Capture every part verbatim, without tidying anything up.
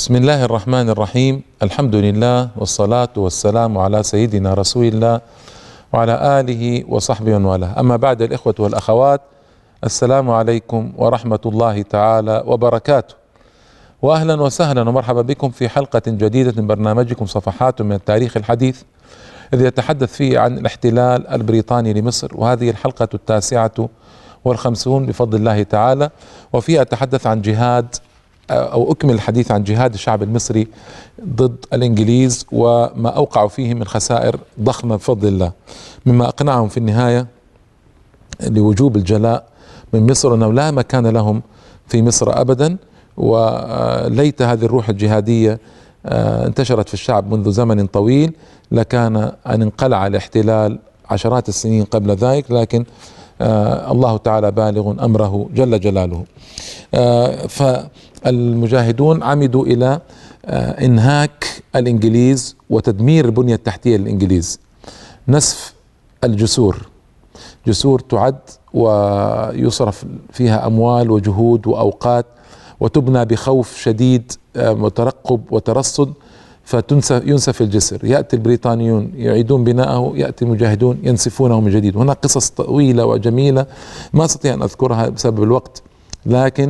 بسم الله الرحمن الرحيم. الحمد لله والصلاة والسلام على سيدنا رسول الله وعلى آله وصحبه ومن والاه. أما بعد، الإخوة والأخوات، السلام عليكم ورحمة الله تعالى وبركاته، وأهلا وسهلا ومرحبا بكم في حلقة جديدة من برنامجكم صفحات من التاريخ الحديث، الذي يتحدث فيه عن الاحتلال البريطاني لمصر، وهذه الحلقة التاسعة والخمسون بفضل الله تعالى، وفيها أتحدث عن جهاد أو أكمل الحديث عن جهاد الشعب المصري ضد الإنجليز وما أوقعوا فيه من خسائر ضخمة بفضل الله، مما أقنعهم في النهاية لوجوب الجلاء من مصر، أنه لا مكان لهم في مصر أبدا. وليت هذه الروح الجهادية انتشرت في الشعب منذ زمن طويل، لكان أن انقلع الاحتلال عشرات السنين قبل ذلك، لكن آه الله تعالى بالغ أمره جل جلاله. آه فالمجاهدون عمدوا إلى آه إنهاك الإنجليز وتدمير البنية التحتية للإنجليز، نسف الجسور، جسور تعد ويصرف فيها أموال وجهود وأوقات، وتبنى بخوف شديد آه وترقب وترصد، فينسف الجسر. يأتي البريطانيون يعيدون بناءه، يأتي المجاهدون ينسفونه من جديد. هناك قصص طويلة وجميلة ما أستطيع أن أذكرها بسبب الوقت، لكن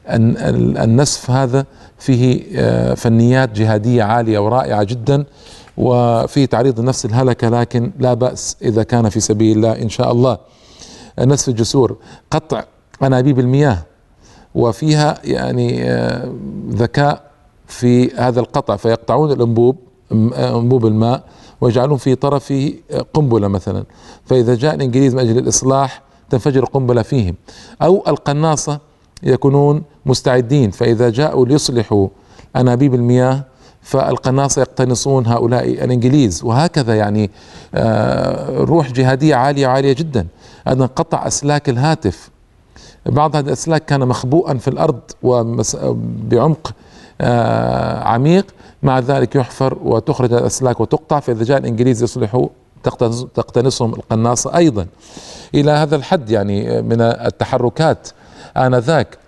النسف هذا فيه فنيات جهادية عالية ورائعة جدا، وفيه تعريض النفس الهلكة، لكن لا بأس إذا كان في سبيل الله إن شاء الله. نسف الجسور، قطع أنابيب المياه، وفيها يعني ذكاء في هذا القطع، فيقطعون الأنبوب أنبوب الماء ويجعلون في طرفه قنبلة مثلا، فإذا جاء الإنجليز من أجل الإصلاح تنفجر قنبلة فيهم. أو القناصة، يكونون مستعدين، فإذا جاءوا ليصلحوا أنابيب المياه فالقناصة يقتنصون هؤلاء الإنجليز، وهكذا يعني روح جهادية عالية عالية جدا. أيضا قطع أسلاك الهاتف، بعض هذه الأسلاك كان مخبوءا في الأرض وبعمق آه عميق، مع ذلك يحفر وتخرج الأسلاك وتقطع، فإذا جاء الإنجليز يصلحوا تقتنصهم القناصة أيضا. إلى هذا الحد يعني من التحركات آنذاك.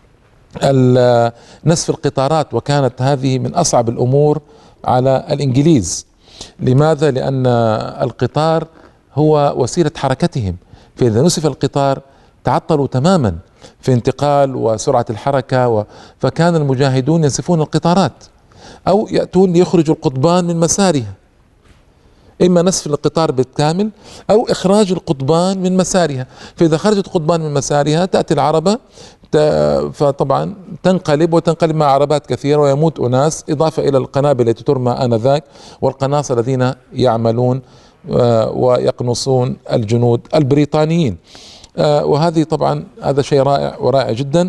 نسف القطارات، وكانت هذه من أصعب الأمور على الإنجليز. لماذا؟ لأن القطار هو وسيلة حركتهم، فإذا نسف القطار تعطلوا تماما في انتقال وسرعة الحركة و... فكان المجاهدون ينسفون القطارات، أو يأتون ليخرجوا القضبان من مسارها، إما نسف القطار بالكامل أو إخراج القضبان من مسارها. فإذا خرجت القضبان من مسارها تأتي العربة ت... فطبعا تنقلب وتنقلب مع عربات كثيرة ويموت أناس، إضافة إلى القنابل التي ترمى آنذاك والقناصة الذين يعملون ويقنصون الجنود البريطانيين. آه وهذه طبعا هذا شيء رائع ورائع جدا.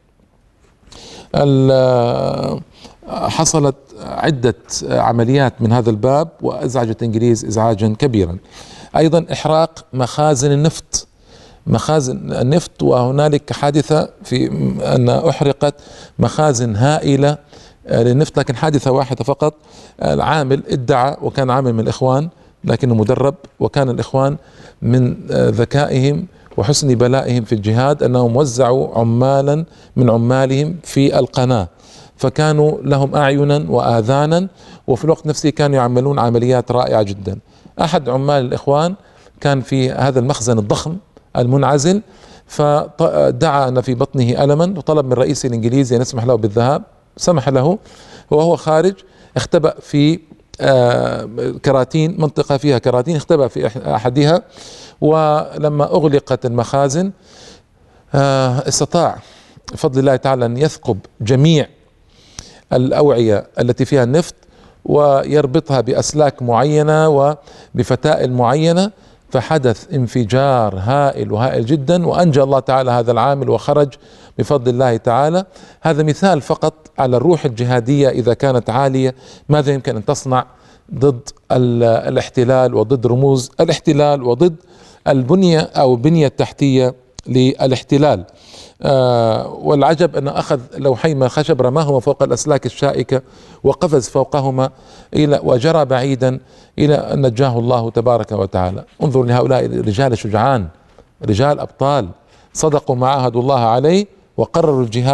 حصلت عدة عمليات من هذا الباب وأزعجت الإنجليز إزعاجا كبيرا. أيضا إحراق مخازن النفط، مخازن النفط، وهنالك حادثة في أن أحرقت مخازن هائلة للنفط، لكن حادثة واحدة فقط. العامل ادعى، وكان عامل من الإخوان لكنه مدرب، وكان الإخوان من ذكائهم وحسن بلائهم في الجهاد أنهم وزعوا عمالا من عمالهم في القناة، فكانوا لهم أعينا وآذانا، وفي الوقت نفسه كانوا يعملون عمليات رائعة جدا. أحد عمال الإخوان كان في هذا المخزن الضخم المنعزل، فدعا أن في بطنه ألما، وطلب من رئيس الإنجليزي أن يسمح له بالذهاب، سمح له، وهو خارج اختبأ في كراتين، منطقة فيها كراتين، اختبأ في أحدها، ولما أغلقت المخازن استطاع بفضل الله تعالى أن يثقب جميع الأوعية التي فيها النفط ويربطها بأسلاك معينة وبفتائل معينة، فحدث انفجار هائل وهائل جدا، وأنجى الله تعالى هذا العامل وخرج بفضل الله تعالى. هذا مثال فقط على الروح الجهادية إذا كانت عالية ماذا يمكن أن تصنع ضد الاحتلال وضد رموز الاحتلال وضد البنية أو البنية التحتية للاحتلال. آه والعجب أن أخذ لوحين خشب رماهما فوق الأسلاك الشائكة وقفز فوقهما إلى وجرى بعيدا إلى أن نجاه الله تبارك وتعالى. انظر لهؤلاء الرجال شجعان، رجال أبطال، صدقوا ما عاهدوا الله عليه وقرروا الجهاد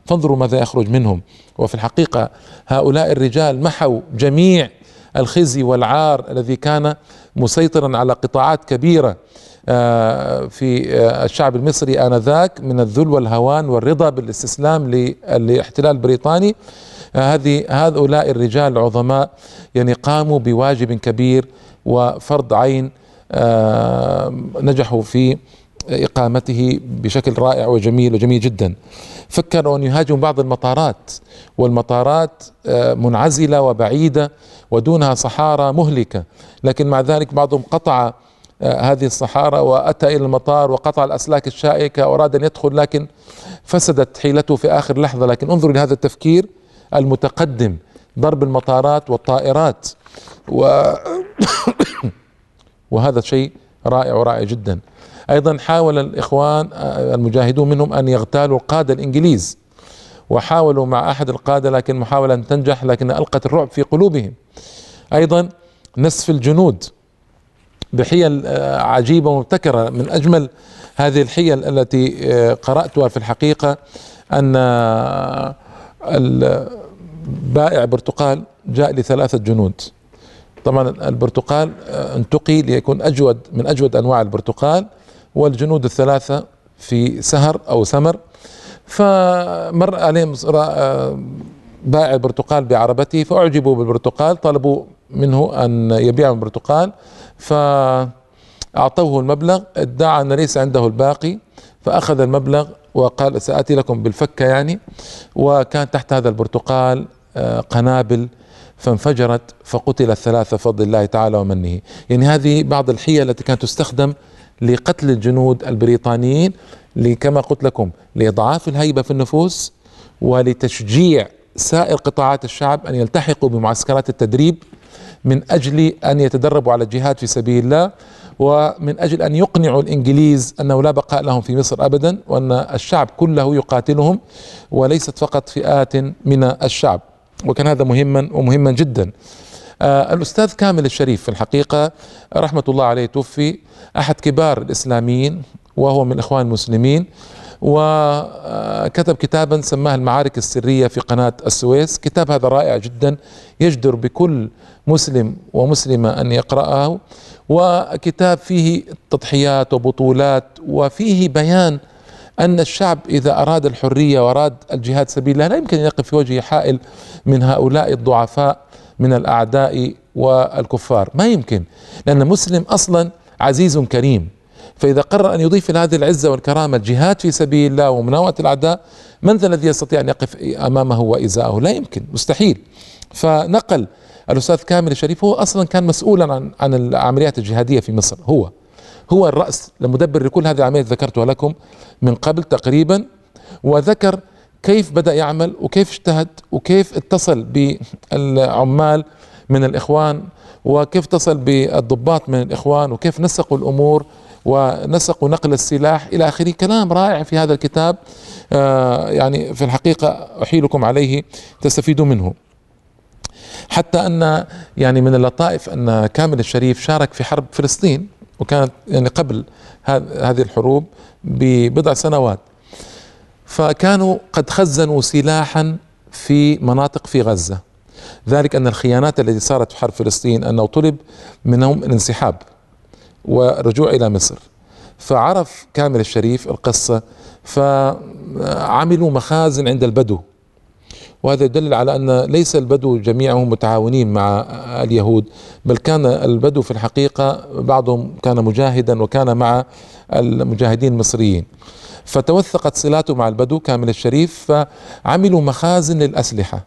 فانظروا ماذا يخرج منهم. وفي الحقيقة هؤلاء الرجال محوا جميع الخزي والعار الذي كان مسيطرا على قطاعات كبيرة في الشعب المصري آنذاك من الذل والهوان والرضا بالاستسلام للاحتلال البريطاني. هذه هؤلاء الرجال العظماء يعني قاموا بواجب كبير وفرض عين نجحوا في إقامته بشكل رائع وجميل وجميل جدا. فكروا أن يهاجموا بعض المطارات، والمطارات منعزلة وبعيدة ودونها صحارى مهلكة، لكن مع ذلك بعضهم قطع هذه الصحارى وأتى إلى المطار وقطع الأسلاك الشائكة وأراد أن يدخل، لكن فسدت حيلته في آخر لحظة. لكن انظروا لهذا التفكير المتقدم، ضرب المطارات والطائرات و وهذا شيء رائع ورائع جدا. أيضا حاول الإخوان المجاهدون منهم أن يغتالوا القادة الإنجليز، وحاولوا مع أحد القادة لكن محاولة أن تنجح، لكن ألقت الرعب في قلوبهم. أيضا نسف الجنود بحيل عجيبة ومبتكرة. من أجمل هذه الحيل التي قرأتها في الحقيقة أن بائع برتقال جاء لثلاثة جنود. طبعا البرتقال انتقي ليكون أجود من أجود أنواع البرتقال، والجنود الثلاثة في سهر أو سمر، فمر عليهم بائع البرتقال بعربته فأعجبوا بالبرتقال، طلبوا منه أن يبيع البرتقال فأعطوه المبلغ، ادعى أن ليس عنده الباقي، فأخذ المبلغ وقال سآتي لكم بالفكة يعني، وكان تحت هذا البرتقال قنابل فانفجرت فقتل الثلاثة بفضل الله تعالى ومنه. يعني هذه بعض الحيل التي كانت تستخدم لقتل الجنود البريطانيين، كما قلت لكم لإضعاف الهيبة في النفوس ولتشجيع سائر قطاعات الشعب أن يلتحقوا بمعسكرات التدريب من أجل أن يتدربوا على الجهاد في سبيل الله، ومن أجل أن يقنعوا الإنجليز أنه لا بقاء لهم في مصر أبدا، وأن الشعب كله يقاتلهم وليست فقط فئات من الشعب. وكان هذا مهما ومهما جدا. آه الأستاذ كامل الشريف في الحقيقة رحمة الله عليه توفي، أحد كبار الإسلاميين وهو من الإخوان المسلمين، وكتب كتابا سماه المعارك السرية في قناة السويس. كتاب هذا رائع جدا يجدر بكل مسلم ومسلمة أن يقرأه، وكتاب فيه تضحيات وبطولات، وفيه بيان أن الشعب إذا أراد الحرية وأراد الجهاد سبيل الله لا يمكن أن يقف في وجه حائل من هؤلاء الضعفاء من الأعداء والكفار، ما يمكن، لأن مسلم أصلا عزيز كريم، فإذا قرر أن يضيف إلى هذه العزة والكرامة الجهاد في سبيل الله ومناوئة الأعداء، من ذا الذي يستطيع أن يقف أمامه وإزاءه؟ لا يمكن، مستحيل. فنقل الأستاذ كامل الشريف، هو أصلا كان مسؤولا عن عن العمليات الجهادية في مصر، هو هو الرأس المدبر لكل هذه العمليات ذكرتها لكم من قبل تقريبا، وذكر كيف بدأ يعمل وكيف اجتهد وكيف اتصل بالعمال من الإخوان وكيف اتصل بالضباط من الإخوان وكيف نسقوا الأمور ونسقوا نقل السلاح إلى آخره. كلام رائع في هذا الكتاب، آه يعني في الحقيقة أحيلكم عليه تستفيدوا منه. حتى أن يعني من اللطائف أن كامل الشريف شارك في حرب فلسطين، وكانت يعني قبل هذه الحروب ببضع سنوات، فكانوا قد خزنوا سلاحا في مناطق في غزة، ذلك أن الخيانات التي صارت في حرب فلسطين أنه طلب منهم الانسحاب والرجوع إلى مصر، فعرف كامل الشريف القصة فعملوا مخازن عند البدو، وهذا يدل على أن ليس البدو جميعهم متعاونين مع اليهود، بل كان البدو في الحقيقة بعضهم كان مجاهدا وكان مع المجاهدين المصريين، فتوثقت صلاته مع البدو كامل الشريف، فعملوا مخازن للأسلحة،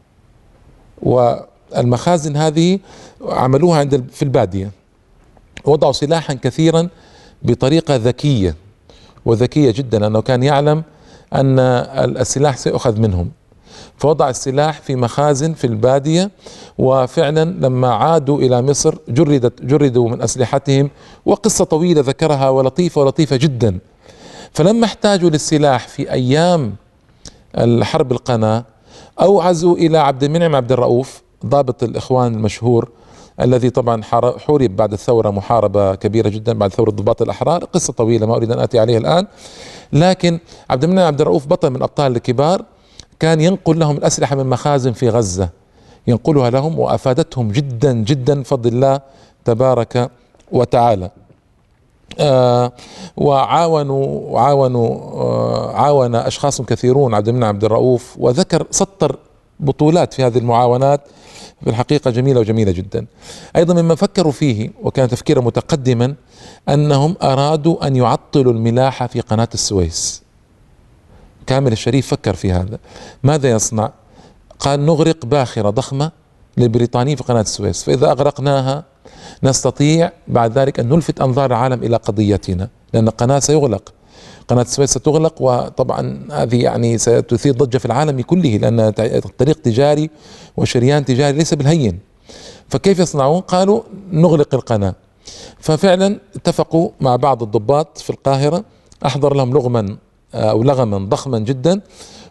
والمخازن هذه عملوها عند في البادية، وضعوا سلاحا كثيرا بطريقة ذكية وذكية جدا، أنه كان يعلم أن السلاح سيؤخذ منهم، فوضع السلاح في مخازن في البادية، وفعلا لما عادوا إلى مصر جردت جردوا من أسلحتهم، وقصة طويلة ذكرها ولطيفة ولطيفة جدا. فلما احتاجوا للسلاح في أيام الحرب القناة أوعزوا إلى عبد المنعم عبد الرؤوف ضابط الإخوان المشهور، الذي طبعا حورب بعد الثورة محاربة كبيرة جدا بعد ثورة ضباط الأحرار، قصة طويلة ما أريد أن آتي عليها الآن، لكن عبد المنعم عبد الرؤوف بطل من أبطال الكبار، كان ينقل لهم الأسلحة من مخازن في غزة، ينقلها لهم، وأفادتهم جدا جدا بفضل الله تبارك وتعالى. آه وعاونوا وعاونوا آه عاون أشخاص كثيرون، عبد المنعم عبد الرؤوف، وذكر سطر بطولات في هذه المعاونات في الحقيقة جميلة وجميلة جدا. أيضا مما فكروا فيه وكان تفكيرا متقدما أنهم أرادوا أن يعطلوا الملاحة في قناة السويس. كامل الشريف فكر في هذا. ماذا يصنع؟ قال نغرق باخرة ضخمة للبريطانيين في قناة السويس، فإذا أغرقناها نستطيع بعد ذلك أن نلفت أنظار العالم إلى قضيتنا، لأن القناة سيغلق، قناة السويس ستغلق، وطبعا هذه يعني ستثير ضجة في العالم كله، لأن طريق تجاري وشريان تجاري ليس بالهين. فكيف يصنعون؟ قالوا نغلق القناة. ففعلا اتفقوا مع بعض الضباط في القاهرة، أحضر لهم لغما أو لغما ضخما جدا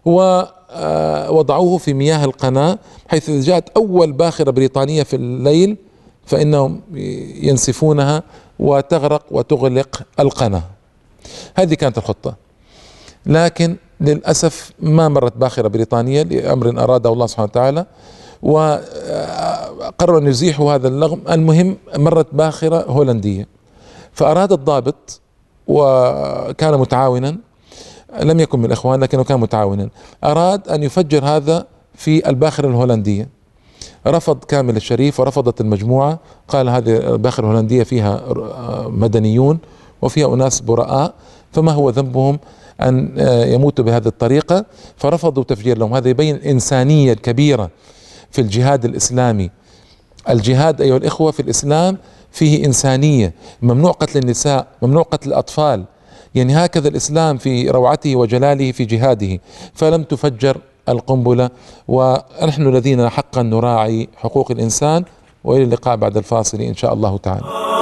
ووضعوه في مياه القناة، حيث إذا جاءت أول باخرة بريطانية في الليل فإنهم ينسفونها وتغرق وتغلق القناة. هذه كانت الخطة، لكن للأسف ما مرت باخرة بريطانية لأمر أراده الله سبحانه وتعالى، وقرروا أن يزيحوا هذا اللغم. المهم مرت باخرة هولندية، فأراد الضابط وكان متعاونا، لم يكن من الإخوان لكنه كان متعاونا، أراد أن يفجر هذا في الباخرة الهولندية. رفض كامل الشريف ورفضت المجموعة، قال هذه الباخرة الهولندية فيها مدنيون وفيها أناس براء، فما هو ذنبهم أن يموتوا بهذه الطريقة، فرفضوا تفجير لهم. هذا يبين الإنسانية الكبيرة في الجهاد الإسلامي. الجهاد أيها الإخوة في الإسلام فيه إنسانية، ممنوع قتل النساء، ممنوع قتل الأطفال، يعني هكذا الإسلام في روعته وجلاله في جهاده. فلم تفجر القنبلة، ونحن الذين حقا نراعي حقوق الإنسان. وإلى اللقاء بعد الفاصل إن شاء الله تعالى.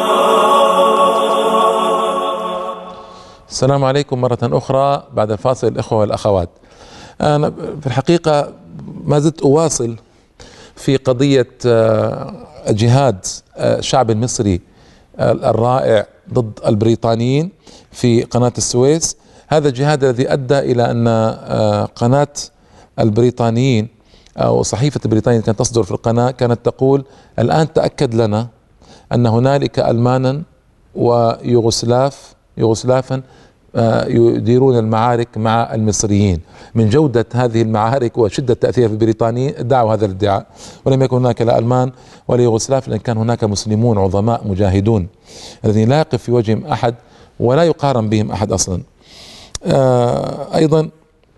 السلام عليكم مرة أخرى بعد الفاصل الإخوة والأخوات. أنا في الحقيقة ما زلت أواصل في قضية جهاد الشعب المصري الرائع ضد البريطانيين في قناة السويس. هذا الجهاد الذي أدى إلى أن قناة البريطانيين أو صحيفة البريطانيين كانت تصدر في القناة كانت تقول الآن تأكد لنا أن هنالك ألمانا ويوغوسلاف يوغوسلافا يديرون المعارك مع المصريين. من جودة هذه المعارك وشدة تأثير في البريطانيين ادعوا هذا الادعاء، ولم يكن هناك لا ألمان ولا يوغوسلاف، لأن كان هناك مسلمون عظماء مجاهدون الذين لا يقف في وجههم أحد ولا يقارن بهم أحد أصلا. آه أيضا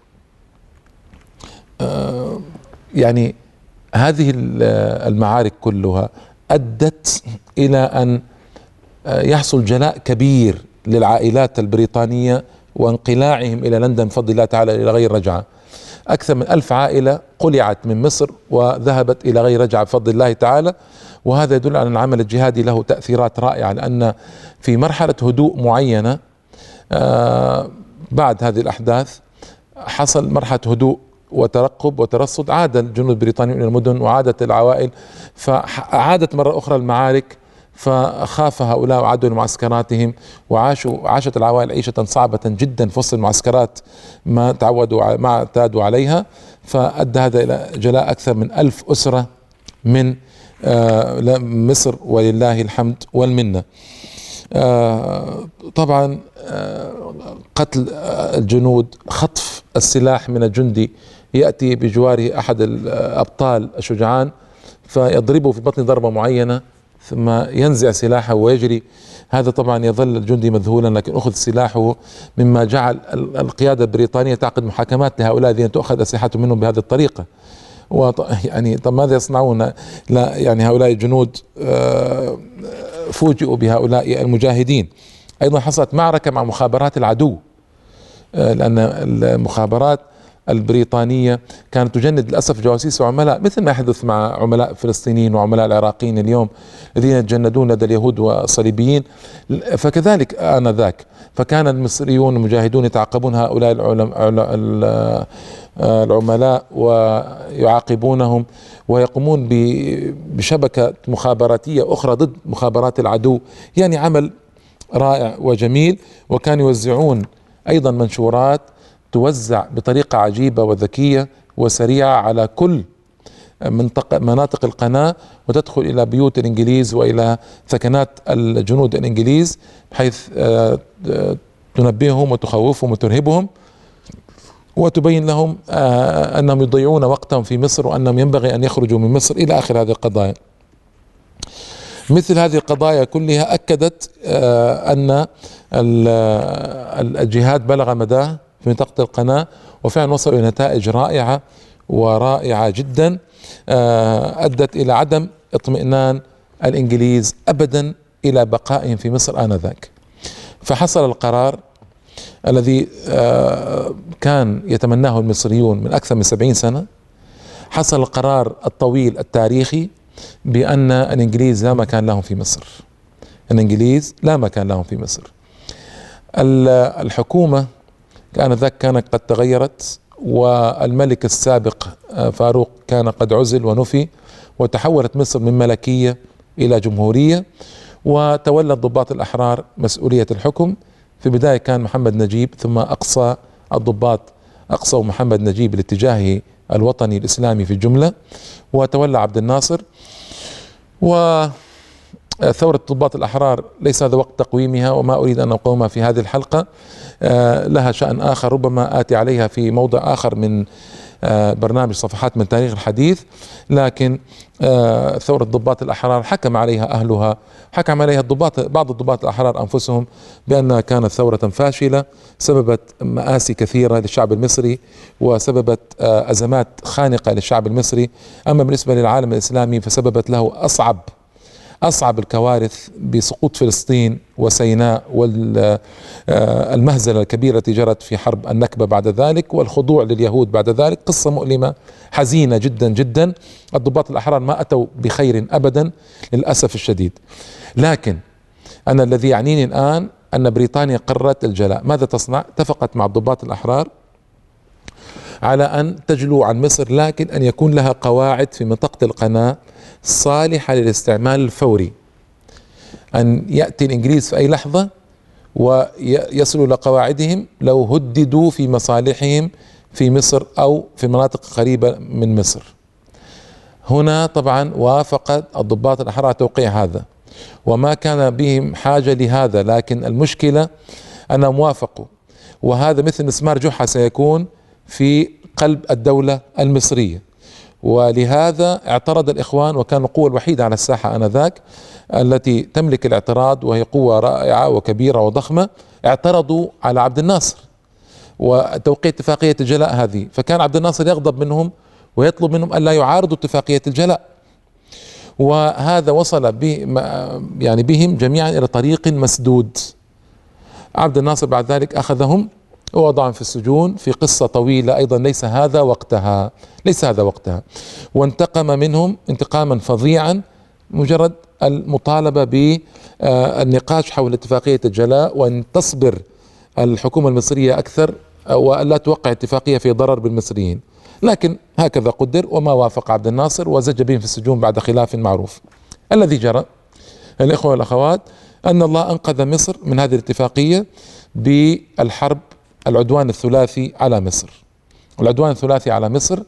آه يعني هذه المعارك كلها أدت إلى أن يحصل جلاء كبير للعائلات البريطانية وانقلاعهم إلى لندن بفضل الله تعالى إلى غير رجعة. أكثر من ألف عائلة قلعت من مصر وذهبت إلى غير رجعة بفضل الله تعالى. وهذا يدل على أن العمل الجهادي له تأثيرات رائعة، لأن في مرحلة هدوء معينة آه بعد هذه الأحداث حصل مرحلة هدوء وترقب وترصد، عاد الجنود البريطانيون إلى المدن وعادت العوائل، فعادت مرة أخرى المعارك، فخاف هؤلاء وعادوا لمعسكراتهم وعاشوا عاشت العوائل عيشة صعبة جدا في وسط المعسكرات ما تعودوا ما اعتادوا عليها. فأدى هذا إلى جلاء أكثر من ألف أسرة من آه مصر ولله الحمد والمنة. آه طبعا آه قتل الجنود، خطف السلاح من الجندي، يأتي بجواره أحد الأبطال الشجعان فيضربه في بطن ضربة معينة ثم ينزع سلاحه ويجري. هذا طبعا يظل الجندي مذهولا، لكن أخذ سلاحه، مما جعل القيادة البريطانية تعقد محاكمات لهؤلاء الذين تؤخذ أسلحتهم منهم بهذه الطريقة. يعني طب ماذا يصنعون؟ لا يعني هؤلاء الجنود فوجئوا بهؤلاء المجاهدين. أيضا حصلت معركة مع مخابرات العدو، لأن المخابرات البريطانية كانت تجند للأسف جواسيس وعملاء، مثل ما يحدث مع عملاء فلسطينيين وعملاء العراقيين اليوم الذين يتجندون لدى اليهود والصليبيين، فكذلك آنذاك. فكان المصريون المجاهدون يتعاقبون هؤلاء العملاء ويعاقبونهم ويقومون بشبكة مخابراتية أخرى ضد مخابرات العدو. يعني عمل رائع وجميل. وكانوا يوزعون أيضا منشورات توزع بطريقة عجيبة وذكية وسريعة على كل منطقة مناطق القناة، وتدخل إلى بيوت الإنجليز وإلى ثكنات الجنود الإنجليز، بحيث تنبههم وتخوفهم وترهبهم وتبين لهم أنهم يضيعون وقتهم في مصر وأنهم ينبغي أن يخرجوا من مصر إلى آخر هذه القضايا. مثل هذه القضايا كلها أكدت أن الجهاد بلغ مداه في منطقة القناة، وفعلا وصلوا إلى نتائج رائعة ورائعة جدا أدت إلى عدم اطمئنان الإنجليز أبدا إلى بقائهم في مصر آنذاك. فحصل القرار الذي كان يتمناه المصريون من أكثر من سبعين سنة، حصل القرار الطويل التاريخي بأن الإنجليز لا مكان لهم في مصر. الإنجليز لا مكان لهم في مصر. الحكومة آنذاك كانت قد تغيرت، والملك السابق فاروق كان قد عزل ونفي، وتحولت مصر من ملكية إلى جمهورية، وتولى الضباط الأحرار مسؤولية الحكم. في البداية كان محمد نجيب، ثم أقصى الضباط أقصوا محمد نجيب لاتجاهه الوطني الإسلامي في الجملة، وتولى عبد الناصر. وثورة الضباط الأحرار ليس هذا وقت تقويمها، وما أريد أن أقومها في هذه الحلقة، لها شأن آخر ربما آتي عليها في موضع آخر من برنامج صفحات من تاريخ الحديث. لكن ثورة الضباط الأحرار حكم عليها أهلها، حكم عليها الضباط بعض الضباط الأحرار أنفسهم بأنها كانت ثورة فاشلة، سببت مآسي كثيرة للشعب المصري، وسببت أزمات خانقة للشعب المصري. أما بالنسبة للعالم الإسلامي فسببت له أصعب أصعب الكوارث بسقوط فلسطين وسيناء والمهزلة الكبيرة التي جرت في حرب النكبة بعد ذلك، والخضوع لليهود بعد ذلك. قصة مؤلمة حزينة جدا جدا. الضباط الأحرار ما أتوا بخير أبدا للأسف الشديد. لكن أنا الذي يعنيني الآن أن بريطانيا قررت الجلاء. ماذا تصنع؟ اتفقت مع الضباط الأحرار على أن تجلو عن مصر، لكن أن يكون لها قواعد في منطقة القناة صالحة للاستعمال الفوري، أن يأتي الإنجليز في أي لحظة ويصلوا إلى قواعدهم لو هددوا في مصالحهم في مصر أو في مناطق قريبة من مصر. هنا طبعا وافقت الضباط الأحرار توقيع هذا، وما كان بهم حاجة لهذا، لكن المشكلة أنهم وافقوا، وهذا مثل مسمار جحا سيكون في قلب الدولة المصرية. ولهذا اعترض الإخوان، وكان القوة الوحيدة على الساحة آنذاك التي تملك الاعتراض، وهي قوة رائعة وكبيرة وضخمة، اعترضوا على عبد الناصر وتوقيع اتفاقية الجلاء هذه. فكان عبد الناصر يغضب منهم ويطلب منهم ألا يعارضوا اتفاقية الجلاء، وهذا وصل به يعني بهم جميعا إلى طريق مسدود. عبد الناصر بعد ذلك أخذهم ووضعهم في السجون في قصة طويلة أيضا ليس هذا وقتها ليس هذا وقتها وانتقم منهم انتقاما فظيعا، مجرد المطالبة بالنقاش حول اتفاقية الجلاء، وأن تصبر الحكومة المصرية أكثر وألا توقع اتفاقية في ضرر بالمصريين. لكن هكذا قدر، وما وافق عبد الناصر وزج بهم في السجون بعد خلاف معروف. الذي جرى الإخوة والأخوات أن الله أنقذ مصر من هذه الاتفاقية بالحرب العدوان الثلاثي على مصر. العدوان الثلاثي على مصر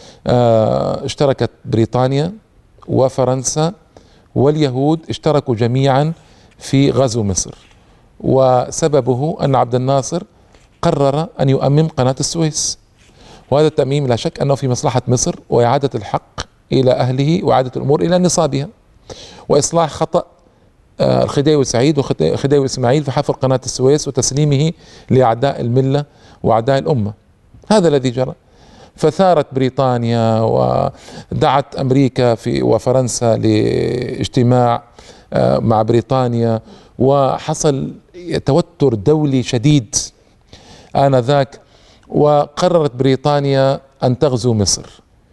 اشتركت بريطانيا وفرنسا واليهود، اشتركوا جميعا في غزو مصر، وسببه أن عبد الناصر قرر أن يؤمم قناة السويس، وهذا التأميم لا شك أنه في مصلحة مصر وإعادة الحق إلى أهله وإعادة الأمور إلى نصابها، وإصلاح خطأ الخديوي سعيد وخديوي إسماعيل في حفر قناة السويس وتسليمه لأعداء الملة وأعداء الأمة. هذا الذي جرى. فثارت بريطانيا ودعت أمريكا في وفرنسا لاجتماع مع بريطانيا، وحصل توتر دولي شديد آنذاك، وقررت بريطانيا أن تغزو مصر.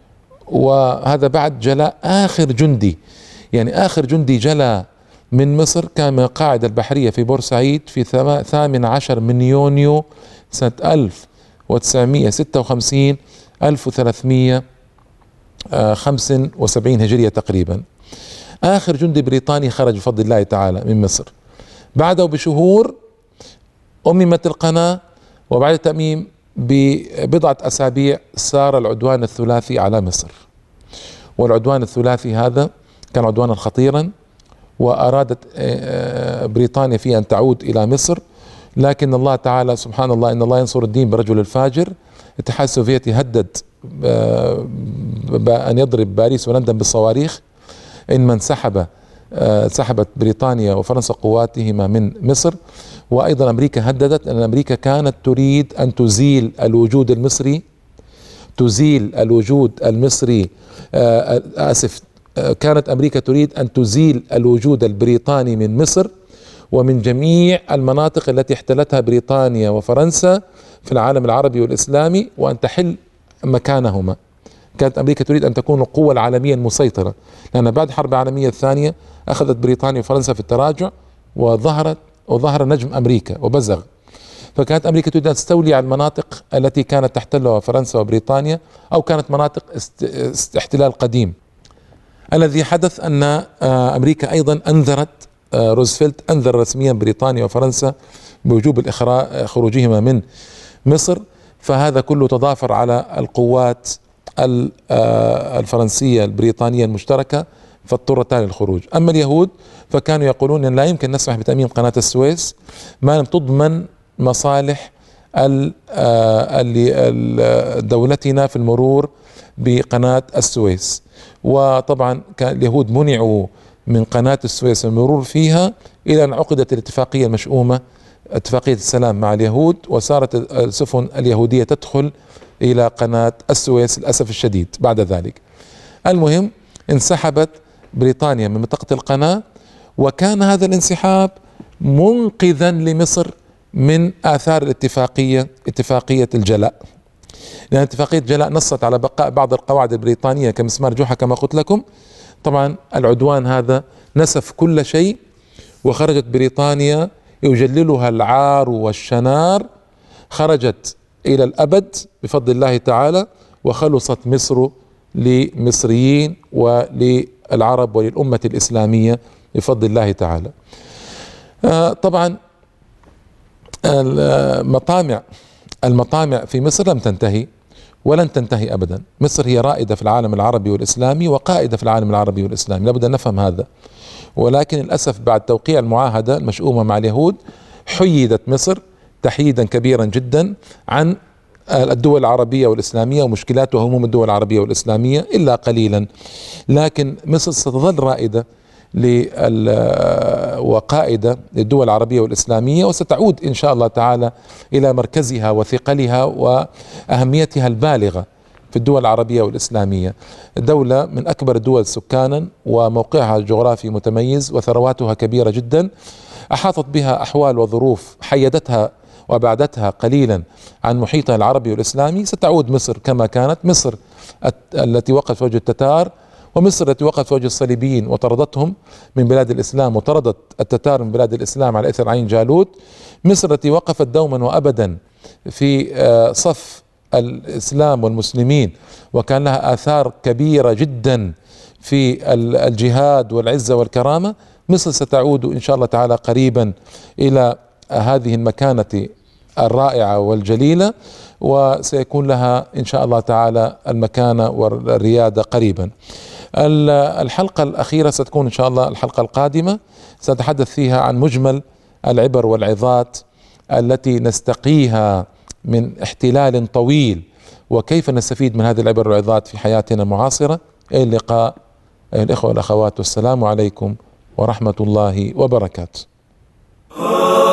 وهذا بعد جلاء آخر جندي، يعني آخر جندي جلى من مصر كان من القاعدة البحرية في بورسعيد في ثامن عشر من يونيو سنة ألف وتسعمائة وستة وخمسين ألف وثلاثمائة وخمسة وسبعين هجرية تقريبا. آخر جندي بريطاني خرج بفضل الله تعالى من مصر. بعده بشهور أممت القناة، وبعد التأميم ببضعة أسابيع صار العدوان الثلاثي على مصر، والعدوان الثلاثي هذا كان عدوانا خطيرا، وأرادت بريطانيا في أن تعود إلى مصر، لكن الله تعالى سبحان الله إن الله ينصر الدين برجل الفاجر. الاتحاد السوفيتي هدد بأن يضرب باريس ولندن بالصواريخ إن من سحب سحبت بريطانيا وفرنسا قواتهما من مصر. وأيضا أمريكا هددت أن أمريكا كانت تريد أن تزيل الوجود المصري تزيل الوجود المصري آسف كانت أمريكا تريد أن تزيل الوجود البريطاني من مصر ومن جميع المناطق التي احتلتها بريطانيا وفرنسا في العالم العربي والإسلامي، وأن تحل مكانهما. كانت أمريكا تريد أن تكون القوة العالمية المسيطرة، لأن بعد الحرب العالمية الثانية أخذت بريطانيا وفرنسا في التراجع، وظهرت وظهر نجم أمريكا وبزغ. فكانت أمريكا تريد أن تستولي على المناطق التي كانت تحتلها فرنسا وبريطانيا، أو كانت مناطق احتلال قديم. الذي حدث أن أمريكا أيضا أنذرت روزفلت أنذر رسميا بريطانيا وفرنسا بوجوب الإخراج خروجهما من مصر، فهذا كله تضافر على القوات الفرنسية البريطانية المشتركة فاضطرتا للخروج. أما اليهود فكانوا يقولون أن لا يمكن نسمح بتأميم قناة السويس ما لم تضمن مصالح دولتنا في المرور بقناة السويس. وطبعا كان اليهود منعوا من قناة السويس المرور فيها إلى أن عقدت الاتفاقية المشؤومة اتفاقية السلام مع اليهود، وصارت السفن اليهودية تدخل إلى قناة السويس للأسف الشديد بعد ذلك. المهم انسحبت بريطانيا من منطقة القناة، وكان هذا الانسحاب منقذا لمصر من آثار الاتفاقية اتفاقية الجلاء، لأن اتفاقية الجلاء نصت على بقاء بعض القواعد البريطانية كمسمار جحا كما قلت لكم. طبعا العدوان هذا نسف كل شيء، وخرجت بريطانيا يجللها العار والشنار، خرجت إلى الأبد بفضل الله تعالى، وخلصت مصر لمصريين وللعرب وللأمة الإسلامية بفضل الله تعالى. آه طبعا المطامع المطامع في مصر لم تنتهي ولن تنتهي أبدا. مصر هي رائدة في العالم العربي والإسلامي وقائدة في العالم العربي والإسلامي، لابد أن نفهم هذا. ولكن للأسف بعد توقيع المعاهدة المشؤومة مع اليهود حيدت مصر تحييدا كبيرا جدا عن الدول العربية والإسلامية ومشكلات وهموم الدول العربية والإسلامية إلا قليلا. لكن مصر ستظل رائدة وقائدة للدول العربية والإسلامية، وستعود إن شاء الله تعالى إلى مركزها وثقلها وأهميتها البالغة في الدول العربية والإسلامية. دولة من أكبر الدول سكانا، وموقعها الجغرافي متميز، وثرواتها كبيرة جدا، أحاطت بها أحوال وظروف حيدتها وأبعدتها قليلا عن محيطها العربي والإسلامي. ستعود مصر كما كانت، مصر التي وقفت في وجه التتار، ومصر التي وقفت في وجه الصليبيين وطردتهم من بلاد الإسلام، وطردت التتار من بلاد الإسلام على إثر عين جالوت. مصر التي وقفت دوما وأبدا في صف الإسلام والمسلمين، وكان لها آثار كبيرة جدا في الجهاد والعزة والكرامة. مصر ستعود إن شاء الله تعالى قريبا إلى هذه المكانة الرائعة والجليلة، وسيكون لها إن شاء الله تعالى المكانة والريادة قريبا. الحلقة الأخيرة ستكون إن شاء الله الحلقة القادمة، سنتحدث فيها عن مجمل العبر والعظات التي نستقيها من احتلال طويل، وكيف نستفيد من هذه العبر والعظات في حياتنا المعاصرة. إلى اللقاء أيها الإخوة والأخوات، والسلام عليكم ورحمة الله وبركاته.